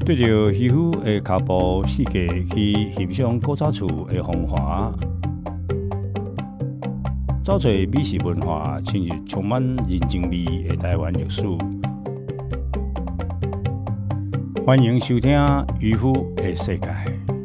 对着渔夫的脚步世界去欣赏古早厝的风华，找找美食文化，深入充满人情味的台湾历史。欢迎收听《渔夫的世界》。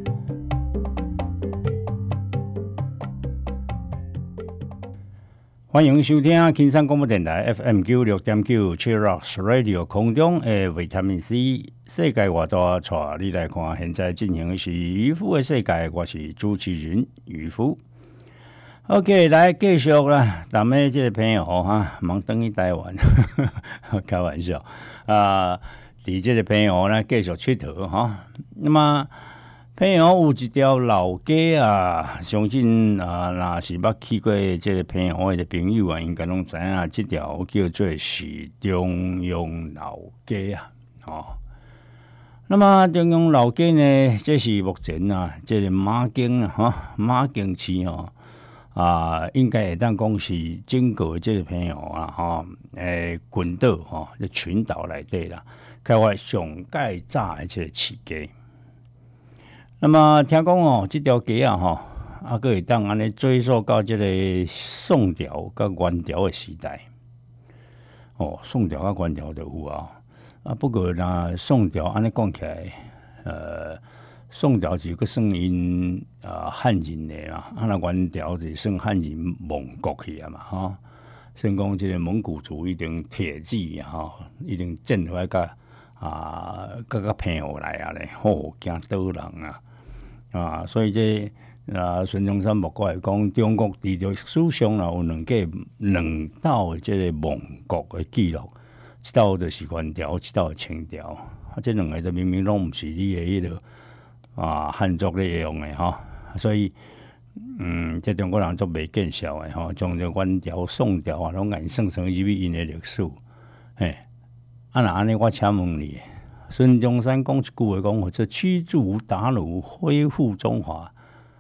欢迎收听金山广播电台 FM 96.9 Cheers Radio 空中的维他命 C 世界外大带你来看，现在进行的是渔夫的世界，我是主持人渔夫。OK， 来继续啦，咱们这个朋友哈，忙等于台湾，开玩笑啊！伫这个朋友呢，继续佚佗哈。那么朋友有一条老街啊，相信啊，若是捌去过这个朋友的朋友啊，应该拢知影这条叫做是中央老街啊，哦。那么中央老街呢，这是目前啊，这个马经啊，哈，马经市哦，应该会当讲是整个这个朋友啊，哈，群岛哈，这群岛内底啦，开发上盖早的这个市街。那么听讲哦，这条街啊，哈，佫会当安尼追溯到这个宋朝甲元朝的时代。哦，宋朝甲元朝就有啊，不过若宋朝安尼讲起来，宋朝是佫算因汉人的嘛，那元朝就算汉人蒙国去啊嘛，哈。先讲这个蒙古族一定铁骑哈，一定进回甲各朋友来啊咧，好惊倒人啊，所以这孙中山莫过来讲，中国伫历史上啦有两道的这个蒙国的记录，一道就是元朝，一道清朝，这两个就明明拢毋是你的迄个汉族咧用的哈，所以这中国人做袂见笑的吼，从这元朝、宋朝啊，拢硬算成入去因的历史，嘿，若安尼我请问你。孙中山讲一句话，讲这驱逐鞑虏，恢复中华。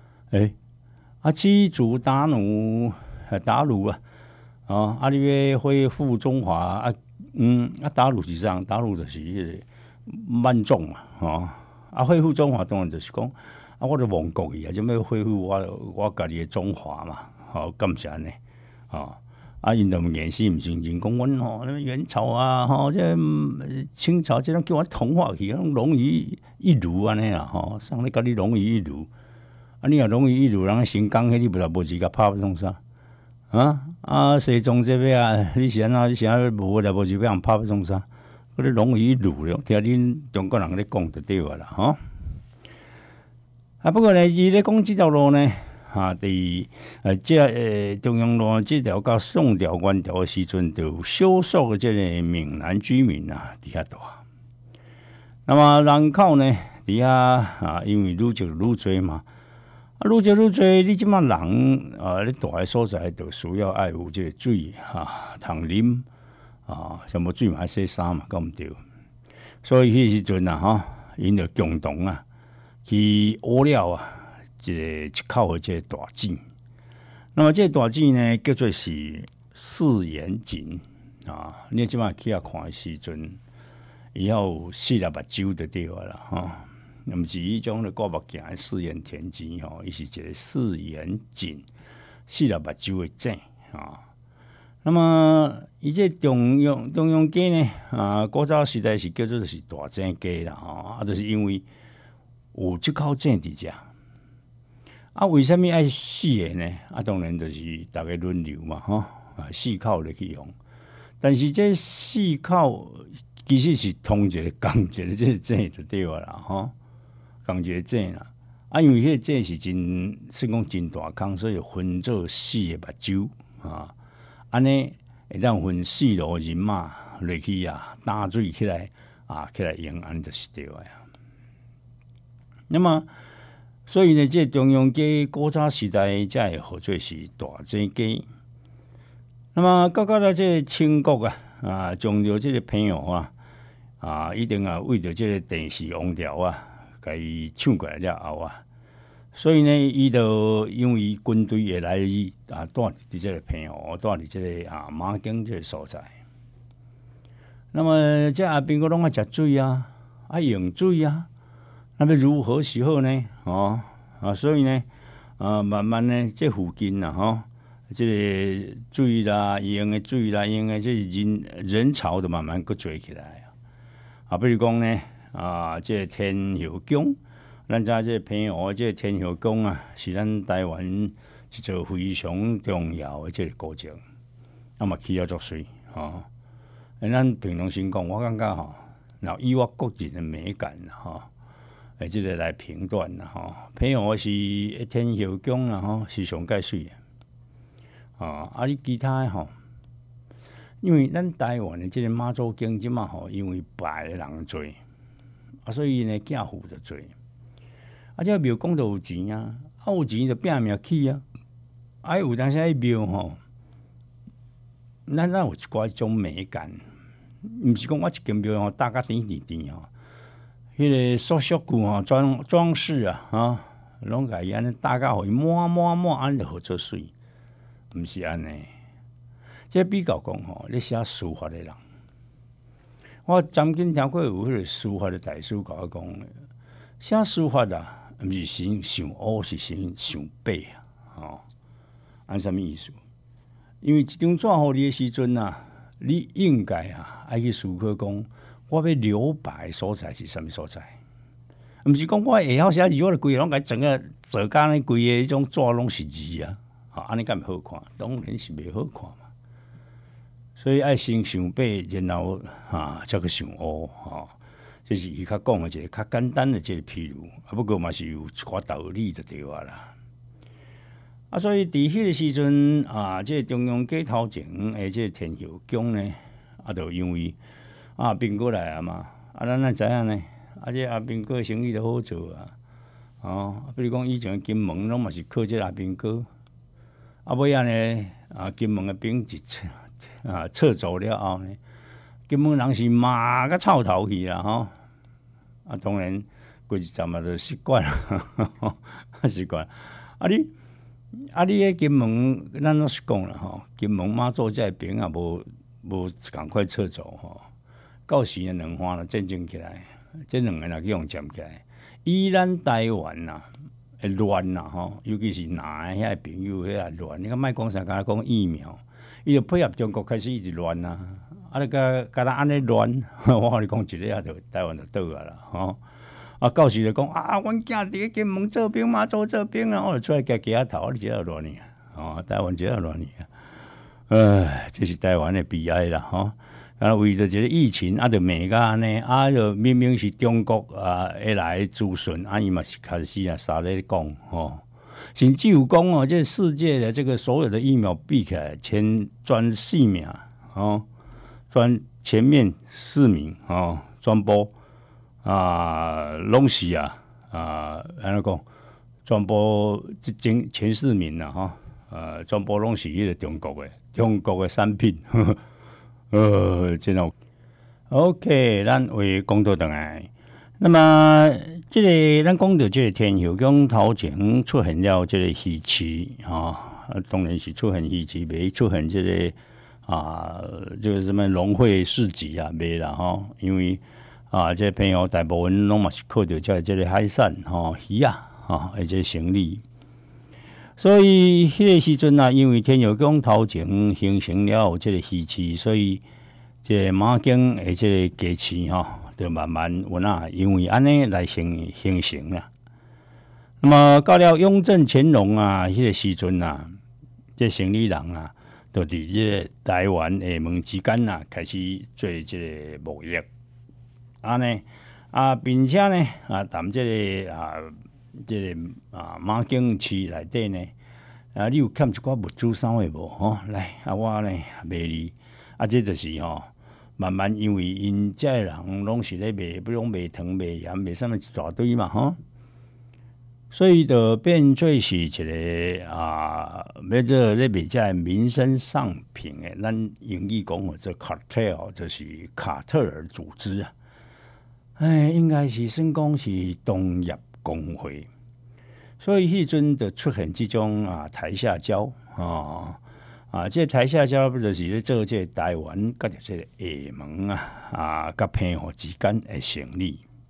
驱逐鞑虏，鞑虏你要恢复中华鞑虏是啥？鞑虏就是迄个满众嘛，恢复中华当然就是讲我就亡国去啊，就要恢复我家己的中华嘛，好，感谢安尼因都演戏毋是认讲阮元朝啊，这清朝这种叫我同化去，容易一儒安尼啦，上咧甲你容易一儒，你若容易一儒，人新疆迄你不知无钱甲拍创啥？西藏这边啊，你是安怎？你是安无来无钱要人拍创啥？嗰啲容易一儒了，听恁中国人咧讲就对啦，不过呢，伊咧讲这条路呢。中央路这条到宋朝、元朝的时阵，就有少数的这个闽南居民伫遐住。那么人口呢，伫遐因为愈积愈多嘛，愈积愈多，你即马人咧住的所在，就需要爱有这个水通啉什么水嘛爱洗衫嘛，敢毋对？所以迄时阵因就共同去挖了一口的这个大井，那么这个大井呢，叫做是四眼井你即摆去看的时阵，伊有四粒目睭就对啦毋是迄种咧挂目镜的四眼田鸡伊是一个四眼井，四粒目睭的井那么伊这中央街呢古早时代是叫做是大井街啦就是因为有这口井伫遮。为什么爱四个呢？当然就是大家轮流嘛，四口来去用。但是这四口其实是同一个共一个这个井就对啦，共一个井啦。因为迄个井是算讲真大坑，所以分做四个目睭安尼会当分四路人马落去打水起来起来用，安尼就是对呀。那么。所以呢，这中央街古早时代才会号做是大井街。那么到了这清国将着这个朋友一定为着这个电视王朝甲伊抢过来了后所以呢，伊就因为军队会来住伫这个朋友，住伫这个马经这个所在。那么这后边个拢爱食水用水啊，那要如何是好呢？所以呢，慢慢呢，这附近啊，这个水啦，用的水啦，用的这人潮都慢慢搁做起来比如讲呢，这天后宫，咱知这平湖这天后宫啊，是咱台湾一座非常重要的这个古迹，嘛起了作水咱平常心讲，我感觉然后以我个人的美感这个来评断平湖是天后宫是上介水的你其他的因为咱台湾的这个妈祖经即嘛因为拜的人多所以呢寄付就多这庙讲到有钱有钱就拼命去有当时庙咱有一寡种美感，毋是讲我一间庙搭甲甜迄个塑塑具装饰拢甲伊安尼搭甲互伊满安就好做水，毋是安尼。这比较讲咧写书法的人，我曾经听过有迄个书法的大师甲我讲，写书法毋是先想乌，是先想白按什么意思？因为一张纸互你的时阵你应该爱去思考讲，我要留白的所在是什么所在？毋是讲我会晓写字，我就规个拢甲整个做甲呢，规个迄种纸拢是字安尼敢会好看？当然是袂好看嘛。所以爱先想白，然后才去想乌这是伊较讲的一个较简单的这个譬如不过嘛是有一寡道理就对啦。所以伫迄个时阵这个中央街头前这个天后宫呢就因为兵哥来嘛咱哪知影呢这兵哥生意都好做比如讲以前金门拢嘛是靠这兵哥尾呢金门的兵一撤走了后呢，金门人是骂甲臭头去啦当然过一阵就习惯了习惯你迄金门咱都是讲啦金门妈祖这边无赶快撤走到时两方就战争起来，这两个人去互占起来，以咱台湾会乱尤其是男的遐朋友遐乱，你看莫讲啥，敢若讲疫苗，伊就配合中国开始一直乱你甲咱安尼乱，我甲你讲一个就台湾就倒啦到时就讲阮囝伫金门做兵，妈祖做兵我就出来夹夹头，你知影乱台湾知影乱这是台湾的悲哀啦为着这个疫情就骂甲安尼就明明是中国会来咨询伊嘛是开始杀咧讲甚至有讲这世界的这个所有的疫苗比起来，全4名全前面4名全部拢是安怎讲？全部前4名全部拢是迄个中国的产品。真好。OK， 咱话讲到倒来，那么这个咱讲到这个天后宫头前出现了这个戏曲当然是出现戏曲，袂出现这个这个什么农会市集袂啦因为这个朋友大部分拢嘛是靠着这个海产鱼而且生理。所以迄个时阵因为天后宫头前形成了这个戏曲，所以这个马经的这个歌曲就慢慢有因为安尼来形成啦。那么到了雍正乾隆迄个时阵这生理人就伫这个台湾厦门之间开始做这个贸易尼并且呢谈这个这个马经市内底呢你有欠一寡物资啥货无来我呢卖你这就是慢慢因为因遮的人拢是咧卖，比如讲卖糖、卖盐、卖啥物一大堆嘛所以就变做是一个要做咧卖遮民生商品诶，咱英语讲做 cartel， 就是卡特尔组织应该是算讲是农业工会，所以迄阵就出现这种台下交这台下交不就是咧做这台湾甲这个厦门甲澎湖之间的生意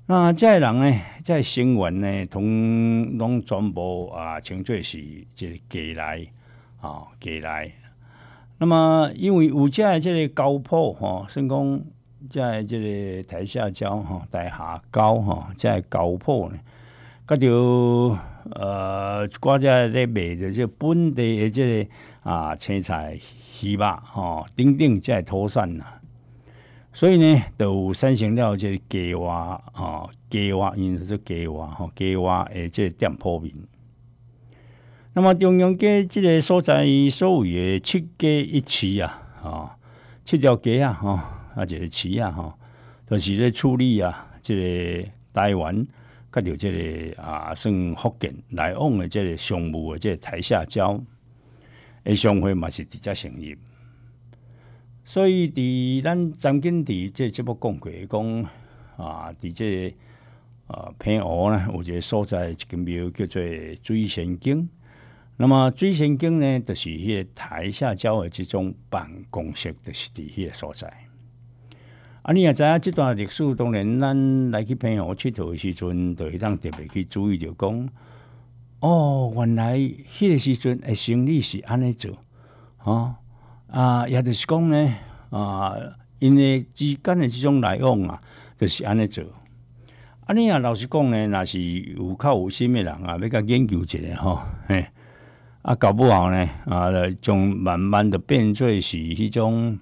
那这人呢，这成员呢，拢全部称作是这个家来家来。那么因为有这个高谱算讲这个台下交台下高这高谱呢，佮着寡只咧卖着这本地的这个青菜、鱼肉等等这土产呐。所以呢，就产生了这个鸡蛙鸡蛙，因为是鸡蛙鸡蛙的这个店铺面。那么中央街这个所在所谓的7街1市7条街一个市就是咧处理这个台湾甲着这个算福建来往的这个商务的这个台下交的商会嘛是直接成立。所以，伫咱曾经伫这节目讲过，讲伫这平湖呢，有一个所在一间庙叫做水仙境。那么水仙境呢，就是迄个台下交的这种办公室，就是伫迄个所在。你也知影这段历史，当然咱来去平湖佚佗的时阵，就会当特别去注意到讲，原来迄个时阵的生意是安尼做也就是讲呢，因为之间的这种来往就是安尼做。你老实讲呢，若是有较有心的人要甲研究一下搞不好呢将慢慢的变做是迄种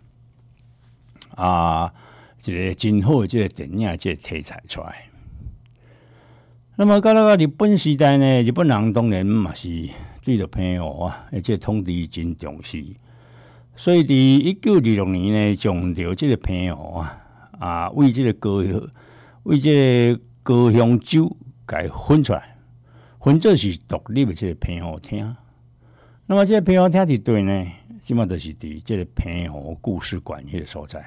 一个真好的这个电影这个题材出来。那么到了日本时代呢，日本人当然嘛是对着平湖而且统治真重视。所以，伫1926年呢，将着这个平湖为这个高雄州给分出来，分做是独立的这个平湖厅。那么，这个平湖厅伫对呢，即马就是伫这个平湖故事馆迄个所在。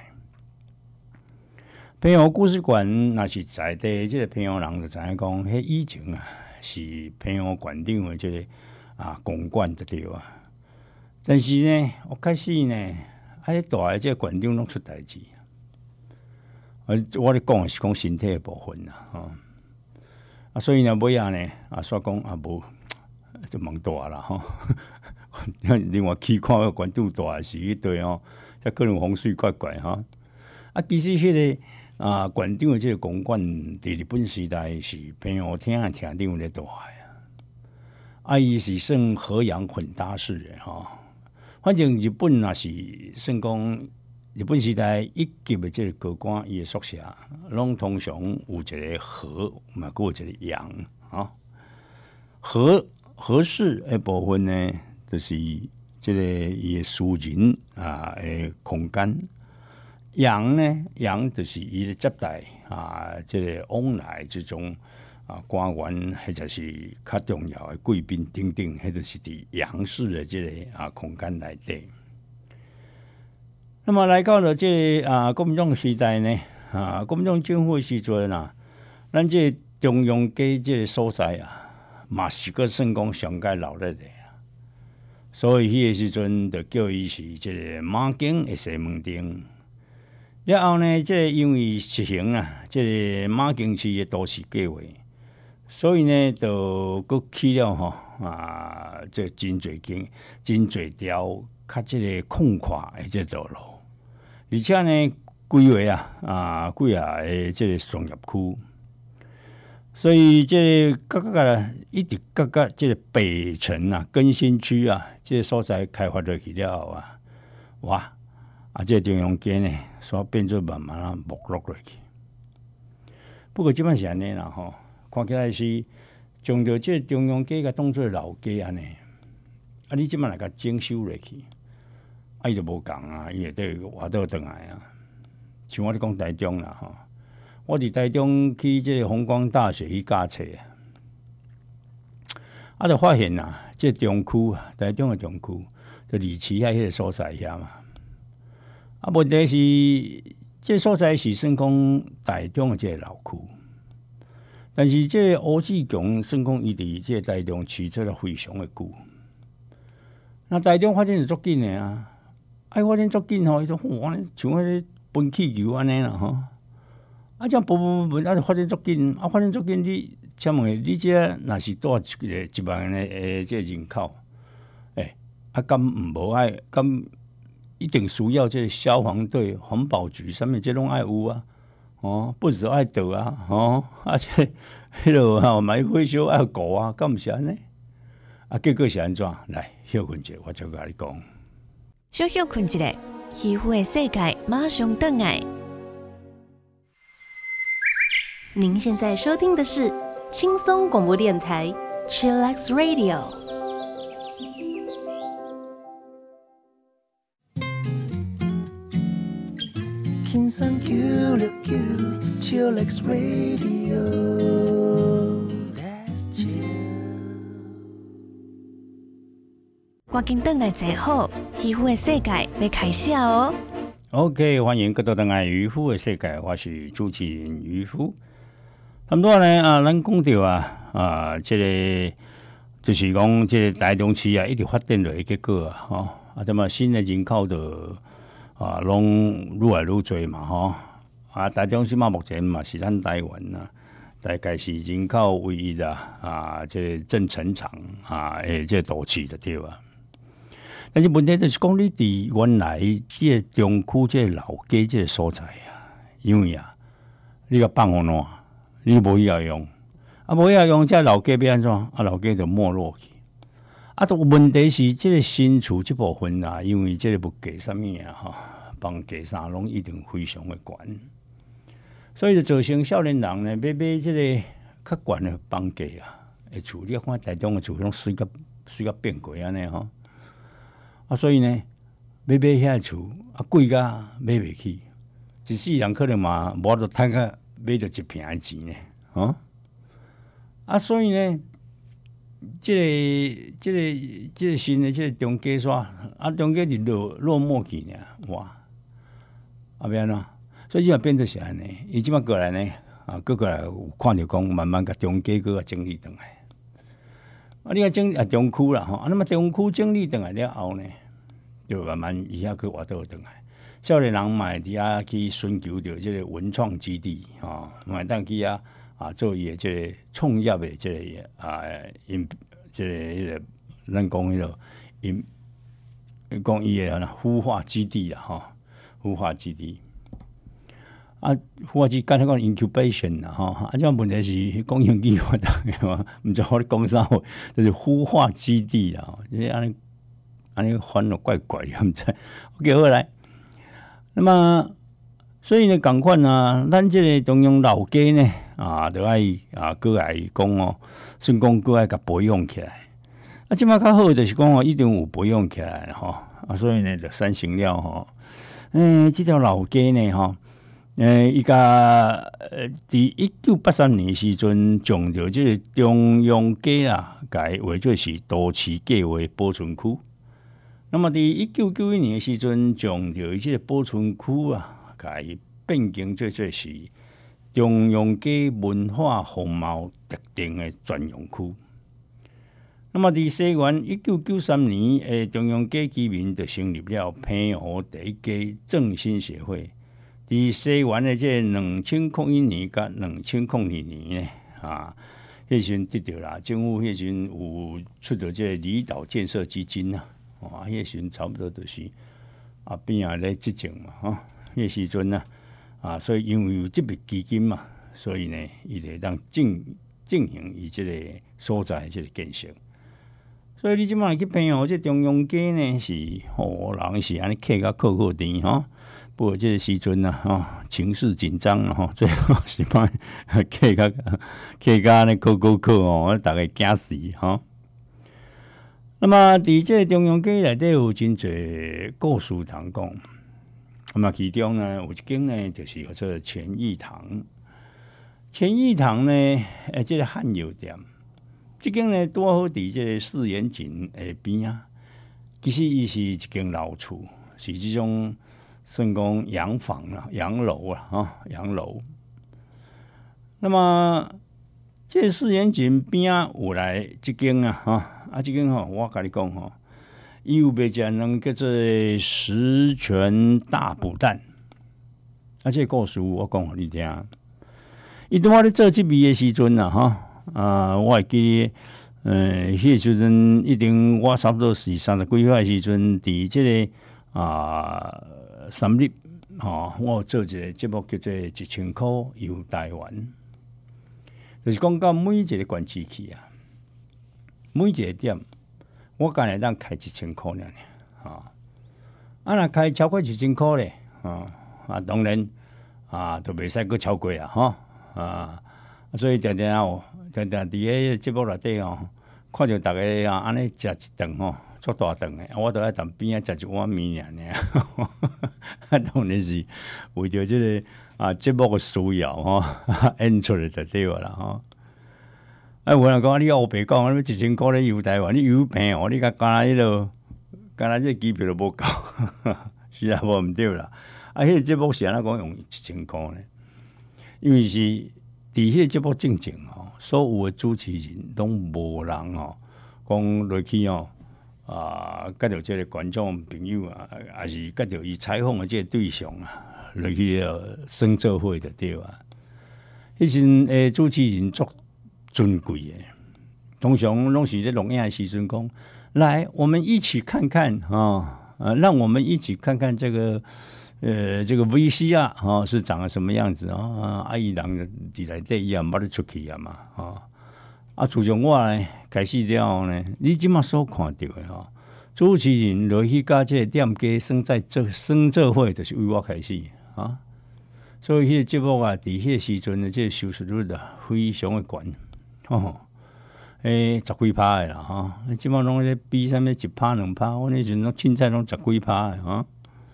平湖故事馆若是在地这个平湖人就知影讲，迄以前是平湖馆长的这个公馆就对啊。但是呢，我开始呢，大的这个馆长拢出代志。我咧讲是讲身体的部分所以呢，尾仔呢，煞讲无就忙大啦另外去看个馆长大是一堆才可能风水怪怪其实迄个馆长的这个公馆，伫日本时代是平湖厅的厅长咧大伊是算和洋混搭式的反正日本也是算讲日本时代一级的这个高官，伊的宿舍拢通常有一个和，嘛，有一个洋和式的部分呢，就是这个伊的私人的空间。洋呢，洋就是伊的接待这个往来这种官员或者是较重要的贵宾等等，迄就是伫洋式的这个空间内底。那么来到了这国民党时代呢，国民党政府的时阵咱这中央街这个所在嘛是个算讲上界闹热的所以迄个时阵就叫伊是这个马经的西门町。了后呢，这因为实行这个马经市的都市计划，所以呢，就佫起了这真侪条较这个空旷的这道路，而且呢，规划几的这个商业区，所以这一直到这个北城更新区这个所在开发落去了后这个中央街呢，所变做慢慢没落落去。不过即摆是安尼啦看起来是将着这中央街甲当做老街安尼。你即摆来甲整修落去，伊就无共伊会得活倒转来像我咧讲台中啦我伫台中去这个弘光大学去教册就发现这个中区台中的中区就离市遐迄个所在遐嘛。问题是，这所在是算讲台中的这个老区，但是这吴志强算讲伊伫这个台中取出了非常的久。那台中发展是足紧的发展足紧伊就像迄个分气球安尼啦这样不，发展足紧，发展足紧，你请问你这若是多1万的这人口，敢无爱，敢一定需要这消防队、环保局，什么这拢爱有啊？不止爱倒啊，且迄落买火烧爱顾啊，敢毋是安尼？结果是安怎？来休困者，我就甲你讲。 小休困一下，渔夫的世界马上回来。您现在收听的是轻松广播电台 Chillax Radio。 轻松969 Chillax Radio。Let's chill。 赶紧回来坐好，渔夫的世界要开始哦。 OK， 欢迎各位回来渔夫的世界，我是主持人渔夫。差不多呢咱讲到这个就是讲这个台中市一直发展的结果这么新的人口的拢愈来愈多嘛台中市目前嘛是咱台湾大概是人口唯一的这个正成长这个都市就对啊。但是问题就是讲，你伫原来这个中区这个老街这个所在因为你甲放互烂。你无需要用，无需要用，这老街要安怎？老街就没落去。问题是这个新厝这部分因为这个物价什么房价啥拢一定非常的悬，所以就造成少年人呢，要买这个较悬的房价的厝。你看台中的厝拢水甲变贵安尼所以呢，要买遐厝贵甲买袂起，一世人可能嘛无得趁个。买到一瓶的钱呢，所以呢，这个新的这个中街煞中街就落寞去呢，哇，要安怎？所以就变做是安尼，伊即摆过来呢，过来有看到讲慢慢甲中街个整理转来，你看整理中区啦那么中区整理转来了后呢，就慢慢以下去活倒转来。少年人嘛，伫遐去寻求着即个文创基地嘛，当去做伊的即个创业的即个即个迄个咱讲迄个讲伊的孵化基地孵化基地孵化基地刚才讲 incubation 这种问题是讲英语我大概毋知我咧讲啥话，就是孵化基地就是安尼翻了怪怪的，毋知 OK 好来。那么，所以呢，同款咱这个中央老街呢，就爱搁爱讲算讲搁爱甲培养起来。即摆较好就是讲一定有培养起来所以呢，就产生了这条老街呢伊甲伫1983年时阵种着这个中央街改为做是都市计划保存区。那么，伫1991年时阵，将着即个保存区甲伊变更做是中央街文化风貌特定的专用区。那么，伫西元1993年，中央街居民就成立了平湖第一街振兴协会。伫西元的这2001年甲2002年呢，迄时得到啦，政府迄时有出到这个离岛建设基金迄时阵差不多就是边咧执政嘛迄时阵所以因为有这笔基金嘛，所以呢，伊就当进行伊这个所在这个建设。所以你即摆去平湖这中央街呢，是人是安尼客甲扣甜不过这个时阵情势紧张最后是把客甲安尼扣大概惊死那么，伫这个中央街内底有真侪故事通讲。那么其中呢，有一间呢，就是叫做钱义堂。钱义堂呢，这个汉药店，这间呢拄好伫这个四眼井下边其实伊是一间老厝，是这种算讲洋房洋楼洋楼。那么，这个四眼井边有来这间这间我跟你讲伊有卖一种叫做十全大补蛋。这个故事我讲给你听。 伊拄仔咧做即味诶时阵啊，我会记，迄个时阵一定我差不多是30几岁诶时阵，伫即个三立我有做一个节目叫做1000块游台湾，就是讲到每一个县市去啊，每一个点，我干会当开1000块尔，若开超过1000块咧，当然都袂使阁超过啊，所以常常伫个节目内底看着逐个安尼食一顿足大顿诶，我都爱踮边仔食一碗面尔，当然是为着即个节目诶需要演出来就对啦有人讲你黑白讲，你1000块咧游台湾，你游平你甲干迄落，干那这机票都无够，是啊，无毋对啦。迄个节目是安怎讲用1000块呢？因为是伫迄个节目正经所有诶主持人拢无人讲落去甲着即个观众朋友还是甲着伊采访诶即个对象落去算做伙就对啊。迄阵诶主持人足尊贵诶，通常拢是咧录影诶时阵讲，来，我们一起看看让我们一起看看这个VCR 是长得什么样子伊人伫内底伊也毋捌咧出去嘛自从我开始了后呢，你即马所看到诶主持人落去甲即个店家算做伙，就是为我开始所以迄个节目伫迄个时阵的即个收视率非常的悬10几%诶啦即马拢咧比啥物1%、2%，我那时阵拢凊彩拢10几%诶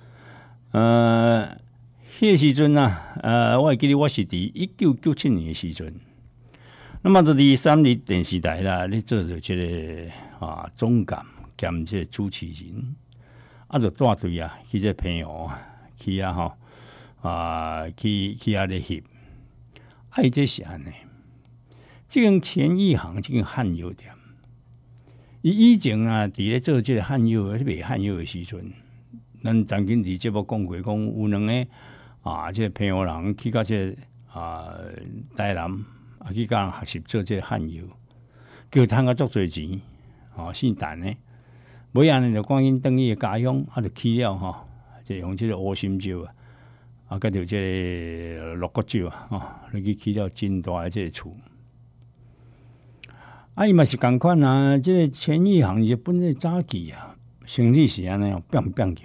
迄个时阵我会记得我是伫1997年的时阵，那么就伫三立电视台啦，咧做着即个总监兼即个主持人，就带队去即澎湖去去咧翕，伊这是安尼。即间钱一行即间汉药店，伊以前伫咧做即个汉药卖汉药的时阵，咱曾经伫节目讲过，讲有两个即个澎湖人去到即个台南去甲人学习做即个汉药，叫趁个足侪钱姓陈的，尾安尼就赶紧转去家乡，就去了就用即个乌心酒甲着即个鹿角酒你去了真大的即个厝。伊嘛是共款即个钱一行日本的早期生理是安尼变叫。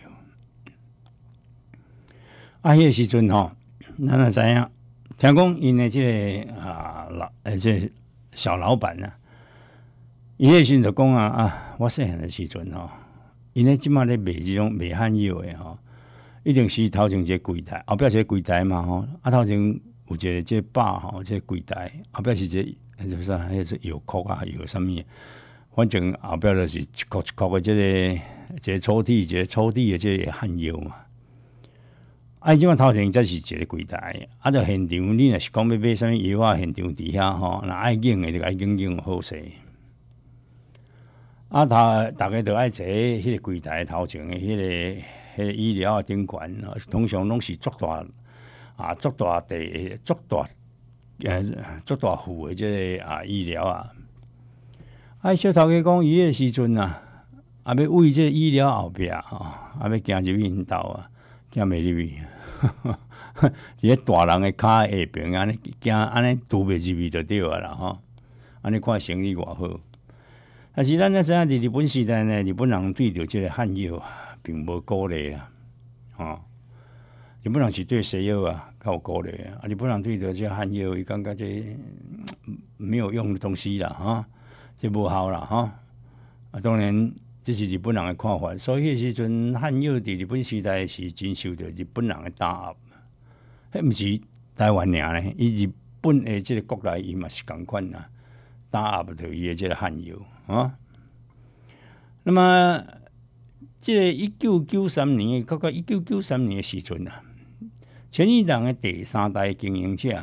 迄个时阵咱也知影，听讲因的即个即个小老板伊迄个时阵就讲我细汉的时阵因咧即马咧卖即种卖汉药的一定是头前一个柜台，后壁是个柜台嘛头前有一个即个bar即个柜台，后壁是一个。就是迄是药壳药啥物，反正后壁就是一箍一箍的即个抽屉，一个抽屉的即个汉药嘛。即马头前才是一个柜台，就现场你若是讲要买啥物药现场伫遐若爱用的就爱用好势。大家都爱坐迄个柜台头前的迄个医疗顶悬通常拢是足大足大地足大。足大户的即个医疗小头家讲伊个时阵要为即个医疗后壁要行入去因兜行袂入去，伫咧大人的骹下边安尼行安尼拄袂入去就对啦安尼看生意偌好。但是咱知影伫日本时代呢，日本人对着即个汉药并无鼓励日本人是对西药较有鼓励日本人对着这汉药，伊感觉这没有用的东西啦这无效啦当然这是日本人的看法，所以迄时阵汉药伫日本时代是真受到日本人的打压，迄毋是台湾尔呢，伊日本的这个国内伊嘛是共款打压着伊的这个汉药那么这个1993年到1993年的时阵钱一郎的第三代经营者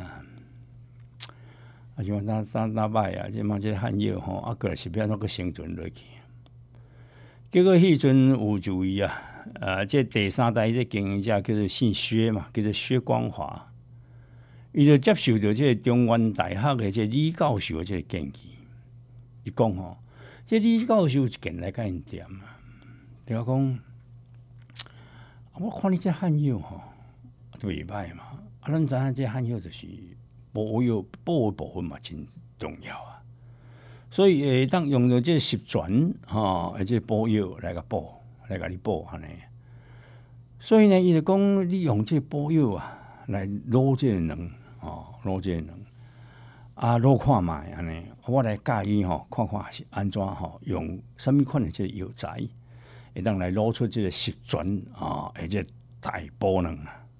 像哪歹即嘛即个汉药过来是要怎个生存落去？结果迄阵有一位这第三代这经营者叫做姓薛嘛，叫做薛光华。 伊就接受到这个中原大学的这李教授的这个建议，伊讲吼，这李教授一件来甲因点啊，对我讲，我看你这汉药吼都袂歹嘛，咱知影这汉药就是补药补的部分嘛，真重要啊。所以当用到这十全而且补药来个补，来甲你补安尼。所以呢，伊就讲你用这补药啊来卤这个卵，卤这个卵啊，卤看卖安尼，我来教伊看看是安怎用什么款的这个药材，会当来卤出这个十全而且大补卵。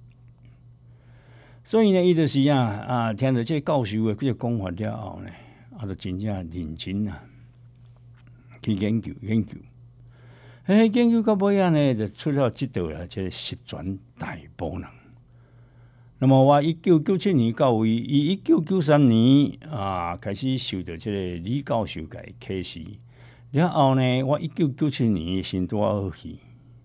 所以呢，伊就是听到这个教授的这个讲法了后呢，就真正认真去研究。研究到尾呢，就出了这道啦，这个十全大补卵。那么我1997年到位，伊1993年开始受到这个李教授嘅启示，然后呢，我1997年先拄好去，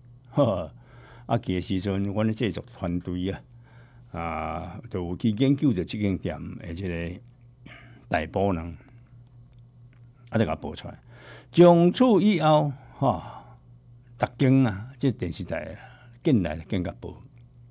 去时阵，阮的制作团队就有去研究着这间店的这个大补卵，就甲补出来。从此以后，逐间这电视台进来更甲补。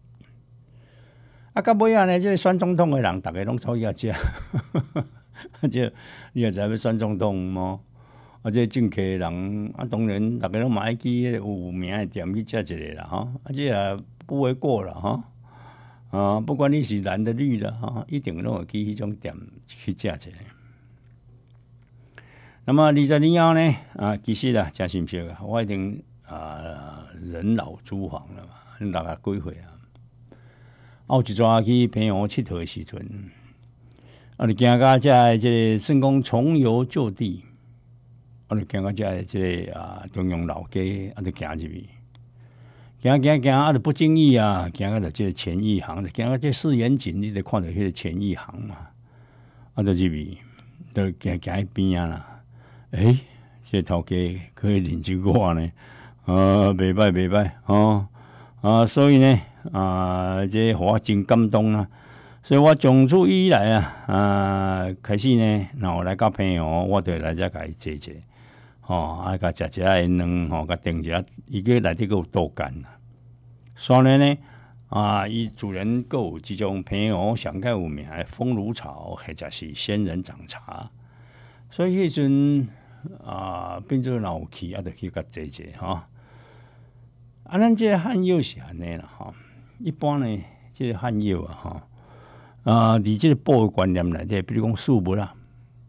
到尾呢，这个选总统的人，大家拢走去遐食。这你也知要选总统吗？这政客的人当然大家拢嘛爱去有名的店去食一个啦，这也不为过啦，不管你是蓝的绿的一定拢会去迄种店去食一个。那么20年后呢？其实真心惜我已经人老珠黄了嘛，60几岁啊。有一阵去平阳佚佗的时阵，就行到这个算讲重游旧地，就行到这中央老街，就行入去，行，就不经意行到这个钱义行，就行到这四眼井，你就看到迄个钱义行嘛，就入去，就行喺边啦。这头家可以认识我呢，袂歹所以呢。这互我真感动啊！所以我从此以来开始呢，然后来到平阳，我就来这甲伊坐一下，甲食一下的卵，甲订一下，伊个内底个有豆干啦。所以呢，伊主人个有即种平阳上较有名的风炉草，或者是仙人掌茶。所以迄阵变做若有去，就去甲坐一下咱这个汉药是安尼啦一般呢，这个汉药伫这个补的观念内底，比如讲树木啦，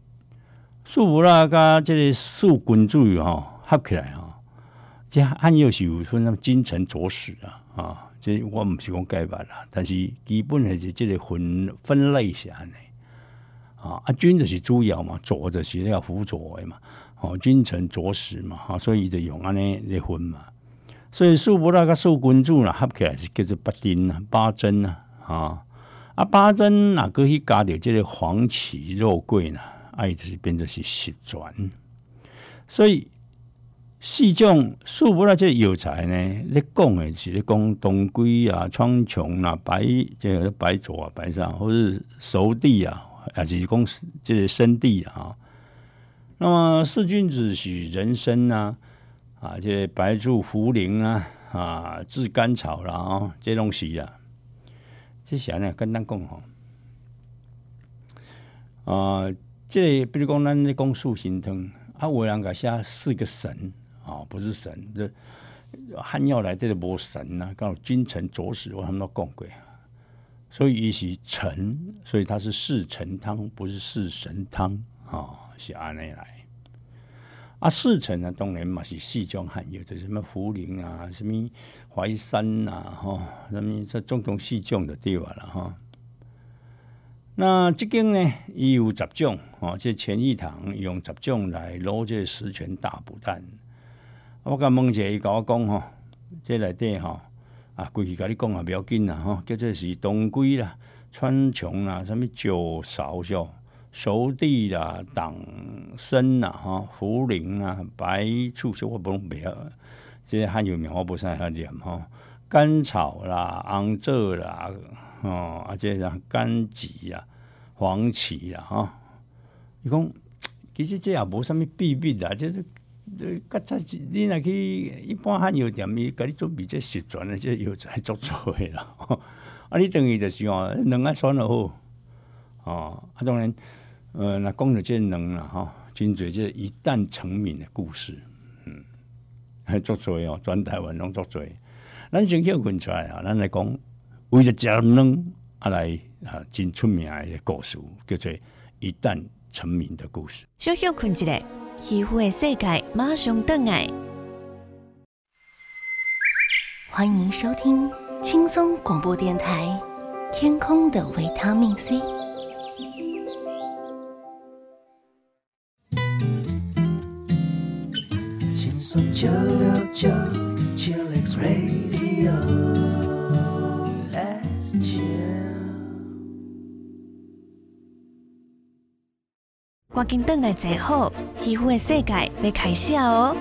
甲这个树滚珠合起来这汉药是有分什么精诚佐使这我毋是讲解密啦，但是基本还是这个分类是安尼君就是主要嘛，佐就是要辅佐的嘛，精诚佐使嘛所以就用安尼来分嘛。所以树木甲树滚珠合起来是叫做八珍八珍若过去加着这个黄芪肉桂就是变做是十全。所以四种树木这个药材呢，咧讲的是咧讲当归苍穹这个白灼白砂，或是熟地还是讲这个生地那么四君子是人参这个白术、茯苓炙甘草啦这东西这是安尼简单讲这比如讲咱咧讲素心汤有人甲写4个神不是神，这汉药内底就无神刚好君臣佐使，我他们都讲过所以伊是臣，所以它是四神汤，不是四神汤是安尼来。四陈当然嘛是4种汉药，就是什么茯苓什么淮山什么这总共4种就对了那这间呢，伊有10种这钱义堂用10种来卤这十全大补蛋。我甲问者，伊甲我讲这内底规气甲你讲不要紧啦叫做是当归啦、川穹啦、什么酒芍熟地啦、党参啦、茯苓啦、白醋，我不袂晓，这汉药名我不啥晓念甘草啦、红棗啦、 这像柑橘啊、黄芪啊，伊讲其实这也无啥物秘密啦，就是较早你若去一般汉药店，伊甲你准备这食全的这药材足多的啦。你等于就是卵啊选好，当然，若讲到这卵啦，真侪这一旦成名的故事，足多哦，全台湾拢足多。咱先去分出来啊，咱来讲为了食卵来真出名的故事，叫做一旦成名的故事。 小休困一下，渔夫的世界马上回来。欢迎收听轻松广播电台《天空的维他命 C》。 轻松969 Chillax Radio Let's chill 赶紧回来坐好，渔夫的世界要开始哦。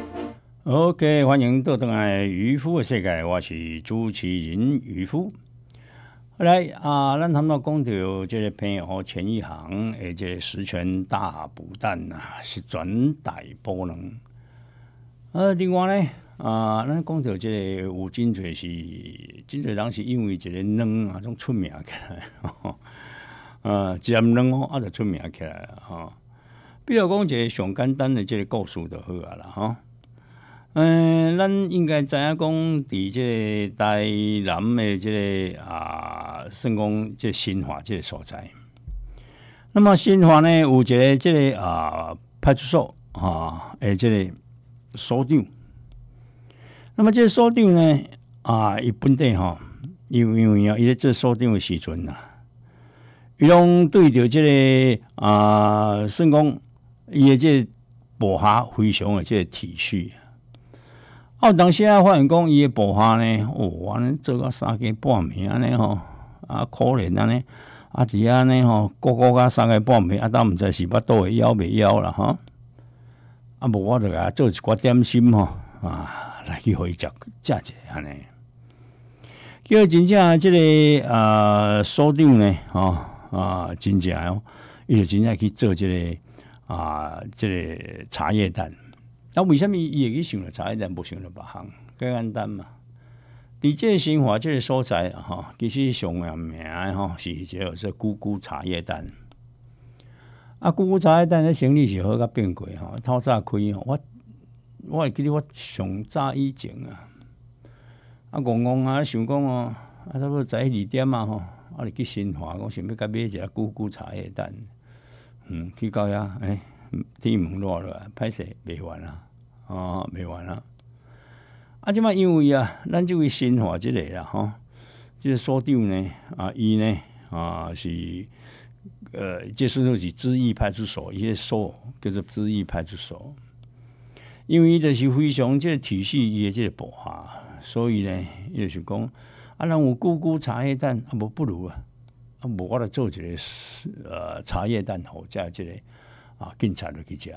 OK， 欢迎倒转来渔夫的世界，我是主持人渔夫。后来咱谈到讲到这个朋友前一行的这个十全大补蛋是全大补卵。另外呢，咱讲到这个有真侪人是因为这个卵种出名起来，食卵就出名起来了比如讲一个上简单的这个故事就好啦咱应该知影讲，伫这个台南的这个算讲这新华这个所在。那么新华呢有一个这个派出所这个所长。那么这个所长呢伊本地因为伊咧做所长的时阵伊拢对着这个算讲伊的这个部下非常的这个体恤。有当时发现讲伊的部下呢，安尼做到3更半暝安尼可怜安尼，伫遐安尼个到3更半暝，当毋知是巴肚会枵袂枵啦无我就甲做一寡点心来去互伊食者安尼。叫真正即个所长呢真正伊就真正去做即个即个茶叶蛋。为什么伊会去想到茶叶蛋，无想到别项？介简单嘛。伫这个新华这个所在其实上名的是叫做姑姑茶叶蛋。姑姑茶叶蛋的生意是好甲变过透早开我会记得我上早以前戆想讲差不多11、12点就去新华讲想要甲买一个姑姑茶叶蛋。去到遐天门落落来，歹势袂完袂完即摆因为咱即位新华即个啦即个所长呢伊呢是这时候是知义派出所，伊个所叫做知义派出所。因为伊就是非常即个体恤伊的即个部下，所以呢，伊就是讲咱有姑姑茶叶蛋无不如无我来做一个茶叶蛋互遮即个警察落去食。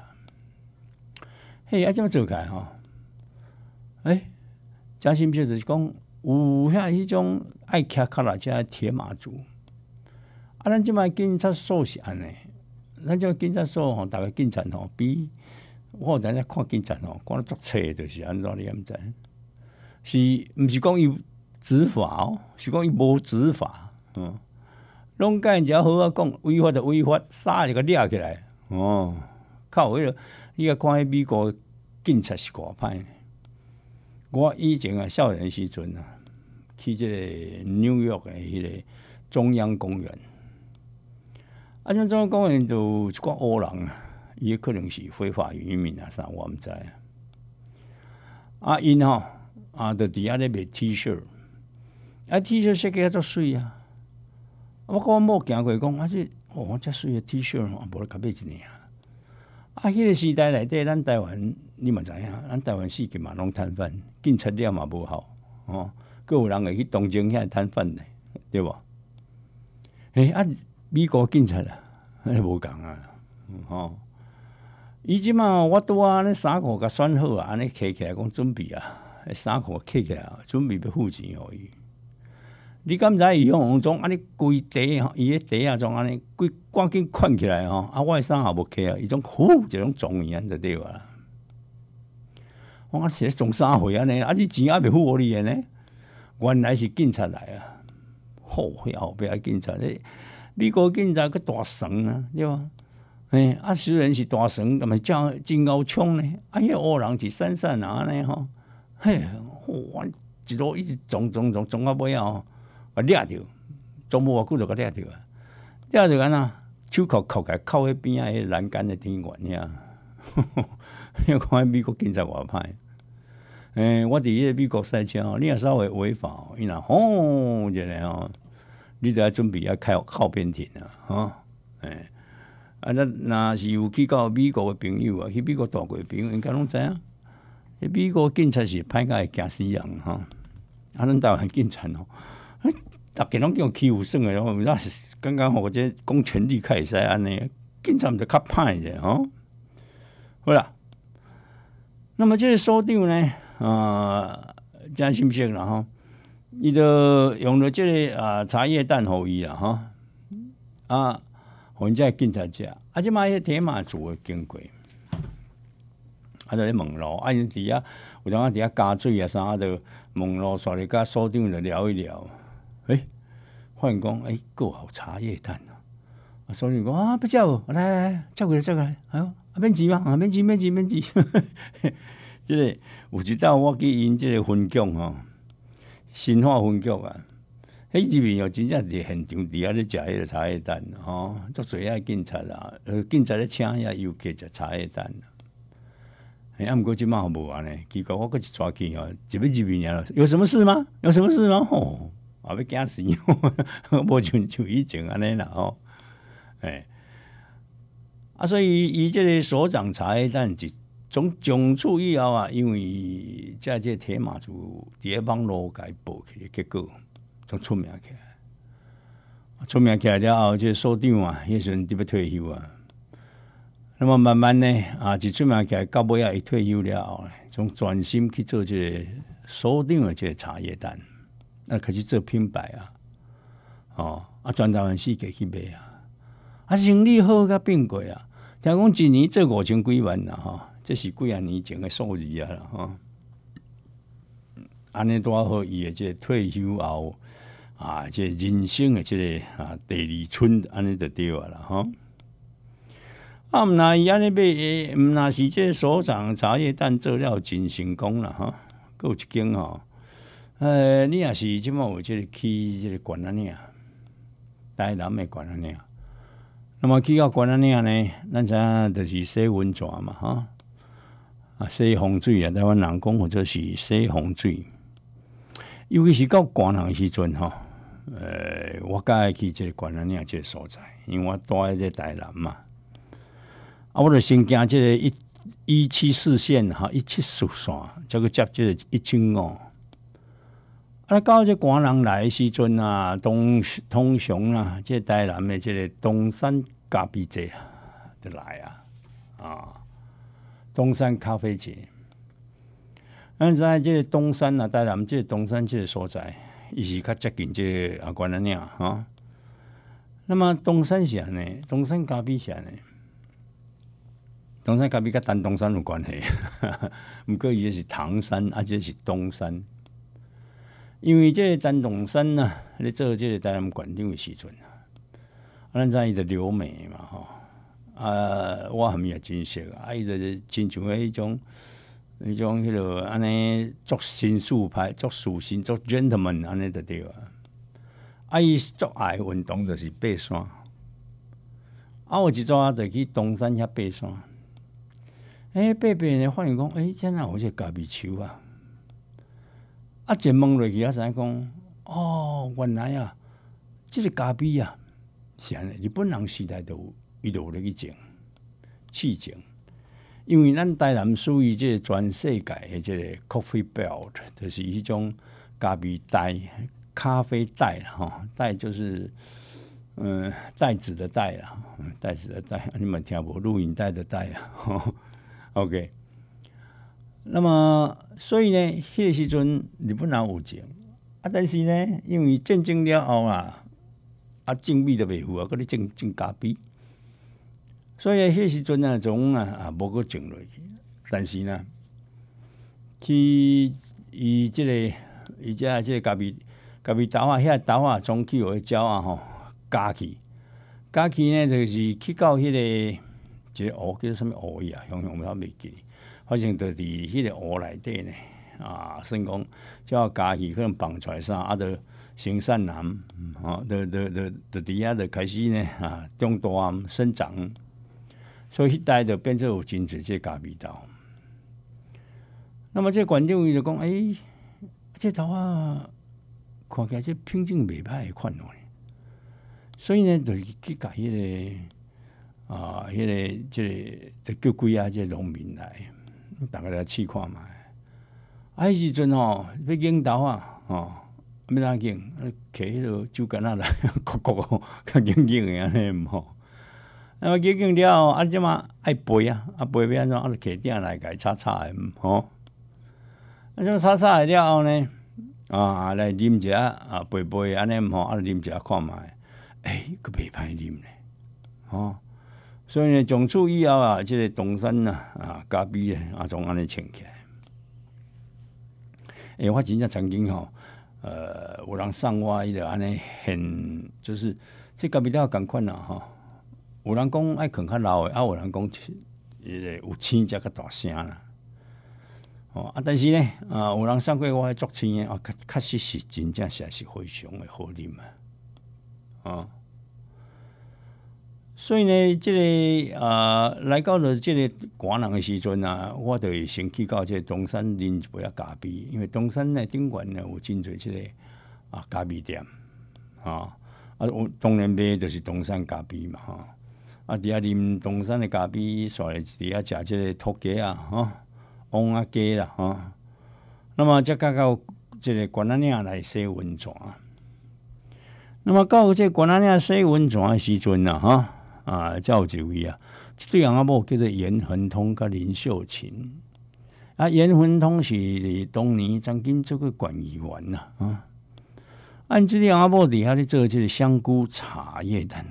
怎么做起来真心就是讲有迄种爱骑脚踏车铁马族。咱即摆警察所是安尼，咱即摆警察所逐个警察比我有当时看警察看得足册，就是安怎你毋知？是毋是讲伊执法是讲伊无执法拢甲人家好讲违法就违法，杀就个掠起来靠迄个，你看迄美国警察是偌歹。我以前少年时阵去即个纽约的迄个中央公园，中央公园就有一寡黑人伊可能是非法移民啥，我毋知因就伫遐咧卖 T 恤，T 恤设计足水我甲我某行过讲遮水的 T 恤无咧甲买一件迄个时代内底，咱台湾你嘛知影，咱台湾四界嘛拢摊贩，警察了嘛无效佫有人会去东京遐摊贩咧，对无？美国警察无共伊即马我拄安尼衫裤甲选好安尼摕起来讲准备衫裤摕起来准备要付钱互伊。 你敢知伊用种安尼规地吼，伊迄地啊种安尼规赶紧捆起来吼，啊，我的衫也无起啊，伊种呼一种状元就对啊。我是从啥回安尼？啊，你钱还未付我你的呢？原来是警察来啊！后壁警察，美国警察个大神啊，对吧？啊，虽然是大神，咁咪叫真够冲呢？啊，迄乌人是闪闪啊呢吼，嘿，我一路一直撞到尾啊，啊掠着，撞无偌久就甲掠着啊，掠着安那手铐起来，铐喺边仔迄栏杆的天元遐，你看美国警察偌歹。我伫迄个美国赛车，你若稍微违法，伊若吼一下吼，你就要准备要靠边停啊，吼，啊，若是有去到美国的朋友啊，去美国住过朋友，应该拢知影。迄美国警察是歹甲会惊死人吼，啊，咱台湾警察吼，逐个拢叫欺负算诶，那是刚刚或者讲权力较会使安尼，警察毋就较歹者吼。好啦，那么这个所长呢？真心息啦吼，伊就用了这个茶叶蛋互伊啦吼，啊，互因这警察食，啊，即摆迄铁马组诶经过，啊，就咧问路，啊，因伫遐有当伫遐加水啊啥，啊，就问路煞咧甲所长就聊一聊，发现讲，够好茶叶蛋啊，所长讲啊，不叫无，来，照过来，哎呦，免钱吗？免钱。即个有一道我去因即个分局吼，新化分局啊，迄入面又真正伫现场伫遐咧食迄个茶叶蛋吼，足侪遐警察啊，警察咧请遐游客食茶叶蛋。毋过即摆无安尼，结果我搁一抓去吼，入面尔，有什么事吗？吼，啊要惊死，无像以前安尼啦吼，所以伊即个所长茶叶蛋是。从种出以后啊，因为这铁马族伫咧网络甲伊报起，结果就出名起来。出名起来了后，这所长啊，迄时阵伫要退休啊。那么慢慢呢，一出名起来，到尾啊，伊退休了后呢，从专心去做这个所长的这个茶叶蛋，开始做品牌啊，全台湾世界去卖啊，生意好甲变过啊。听讲一年做5000几万啦吼。这是几啊年前的数字啊啦吼，安尼多好，伊的这退休后这人生的这个第二春，安尼就对啊啦吼。毋那伊安尼卖，毋那是这所长茶叶蛋做了真成功啦吼，佫有一间吼，你若是即摆有这个去这个关仔岭，台南的关仔岭，那么去到关仔岭呢，咱知影就是洗温泉嘛吼。洗风水啊，台湾人讲或者是洗风水，尤其是到寒冷时阵吼，我较爱去这个关仔岭这个所在，因为我住喺这台南嘛，我就先行这个174线哈，174线，再去接这个105。到这寒冷来的时阵啊，通常啊，这台南的这个东山咖啡节就来啊。东山咖啡节，咱知影即个东山啊，台南即个东山即个所在，伊是较接近即个关仔岭吼。那么东山是安尼，东山咖啡是安尼，东山咖啡甲丹东山有关系，毋过伊是唐山，这是东山。因为即个丹东山呐，咧做即个台南县长的时阵咱知伊就留美嘛吼。我含伊也真熟啊！伊就是亲像迄种迄落安尼作绅士派、作属性、作 gentleman 安尼就对啊！伊足爱运动就是爬山。有一早就去东山遐爬山。爬呢，发现讲，遮哪有这咖啡树啊！一问落去，知影讲，原来啊，这个咖啡啊，是安尼，日本人时代伊就有咧去种试种，因为咱台南属于这全世界的这个 coffee belt， 就是迄种咖啡带、咖啡带哈，带就是袋子的袋啦，袋子的袋，你们听无？录影带的带啊 ，OK。那么，所以呢，迄个时阵日本人有种， 但是呢，因为战争了后精米都袂赴搁咧种咖啡，所以迄时阵种无搁种落去。但是呢，伊即个咖啡豆遐豆总去互鸟加去呢，就是去到迄个一个湖叫什么湖伊熊我袂记，反正就伫迄个湖内底呢算讲鸟加去，可能放出来啥就生产蓝，就伫遐就开始呢长大生长，所以迄代就变做有真侪这咖啡豆。那么这馆长伊就讲，这豆看起来这品种袂歹的款哦，所以呢，就是去甲迄个就叫几这农民来，大家来试看嘛。迄时阵要拣豆要哪拣？摕迄个酒干来，较硬的安尼毋好。那么拣了后，即马爱背背要安怎？就摕鼎来甲伊炒的吼。种炒的了后呢，来啉一下背安尼毋好，啉一下看卖，佫袂歹啉咧，所以呢，从此以后这个东山咖啡咧总安尼穿起来。我真正曾经有人送我伊就安尼很，就是这咖啡豆共款有人讲爱啃较老的，有人讲有青才较大声啦。但是呢，有人送过我足青的，确实是真正是非常的好啉所以呢，这个来到了这个寒冷的时阵我就会先去到这个东山啉一杯咖啡，因为东山呢顶悬呢有真侪这个咖啡店当然买就是东山咖啡嘛伫遐啉东山的咖啡，煞伫遐食这个土鸡王鸡啦那么再到这个关仔岭来洗温泉。那么到这关仔岭洗温泉的时阵才有一位这对翁某叫做严恒通甲林秀琴。严恒通是当年曾经做过管议员按这对翁某伫遐咧做这个香菇茶叶蛋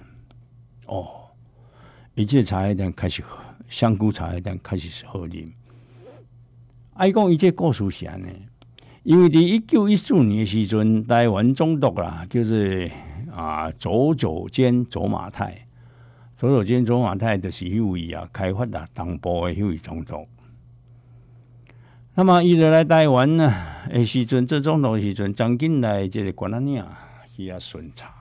伊这茶叶蛋开始香菇茶叶蛋开始是好啉。讲伊这故事是安尼，因为伫1914年的时阵，台湾总督叫做左九间卓马泰，左九间卓马泰就是迄位开发东部的迄位总督。那么伊就来台湾的时阵，做总统的时阵，曾经来这个关仔岭去巡查。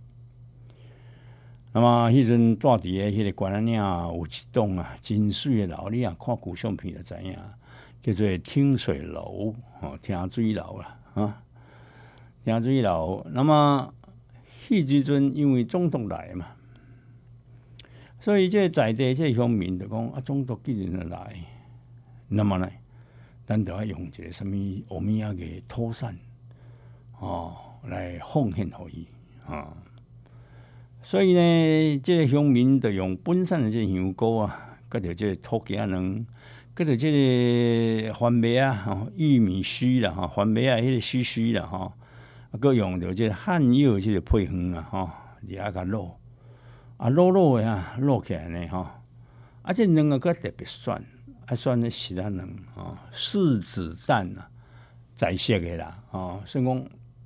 那么迄阵住伫的迄个关仔岭有一栋真水的楼，你看古相片就知影。叫做听水楼听水楼啦听水楼。那么迄时阵因为总督来嘛，所以这在地这乡民就讲总督既然来，那么呢，咱就要用一个什么欧米亚嘅土产来奉献给伊所以呢，这个乡民就用本产的这香菇佮着这土鸡卵。佮着这个番麦玉米须啦番麦迄个须啦佮用着这个汉药这个配方伫遐甲卤卤的卤起来呢这卵佮特别酸，酸的是咱卵柿子蛋在色的啦所以讲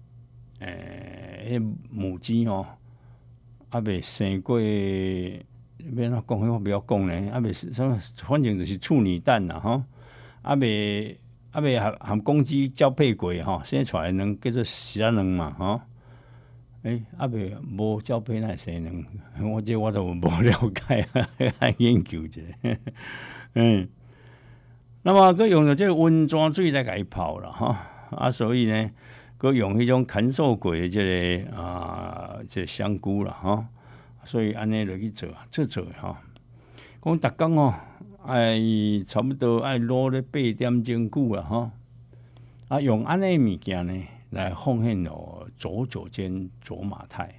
迄母鸡未生过。要怎讲？我不要讲呢。未什么，反正就是处女蛋啦，未含公鸡交配过生出来能叫做蛇卵嘛，未无交配那蛇卵，我都无了解研究者。那么佮用着这个温泉水来甲伊泡啦所以呢，佮用迄种砍瘦过的这个这个香菇啦所以安尼落去做讲逐工差不多爱卤咧8点钟久啦用安尼物件呢来奉献了左九间卓马泰。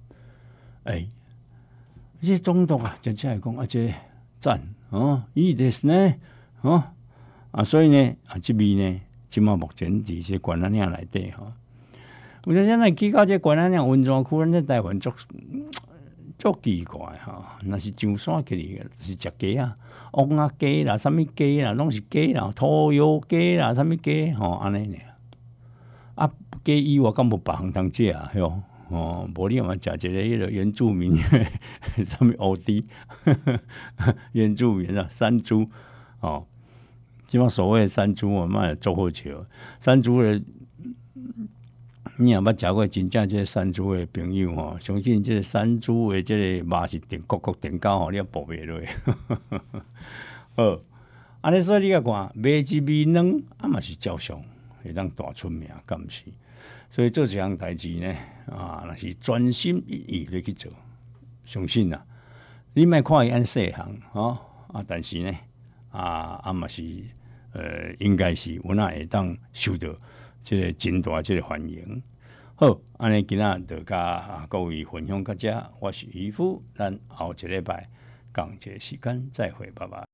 这总督真正来讲这赞いいですね所以呢这边呢，即马目前伫这关仔岭内底有阵咱来去到这关咱样温泉区，咱这台湾足奇怪吼，若是上山起嚟是食鸡啊，翁仔鸡啦，啥物鸡啦，拢是鸡啦，土窑鸡啦，啥物鸡吼安尼尔。啊，鸡以外敢无别项通食啊？哟，哦，无你嘛食一个迄个原住民啥物乌猪，原住民啊，山猪哦。即摆所谓的山猪，我妈也做好笑。山猪的，你若捌食过真正即个山猪的朋友吼，相信即个山猪的即个肉是定国定高吼，你也剥袂落。好，安尼所以你甲看，卖一味卵啊嘛是照常会当大出名，敢毋是？所以做一项代志呢，啊，若是专心一意咧去做，相信啦，你莫看伊按细项吼啊，但是呢，嘛是。应该是有哪会当受到即个真大即个欢迎。好，安尼今仔就甲各位分享到这，我是渔夫，咱后一礼拜同一个时间再会，拜拜。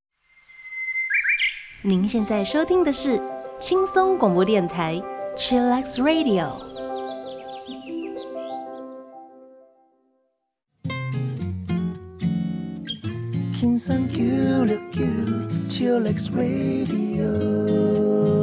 您现在收听的是轻松广播电台 Chillax Radio。 轻松969 Chillax Radio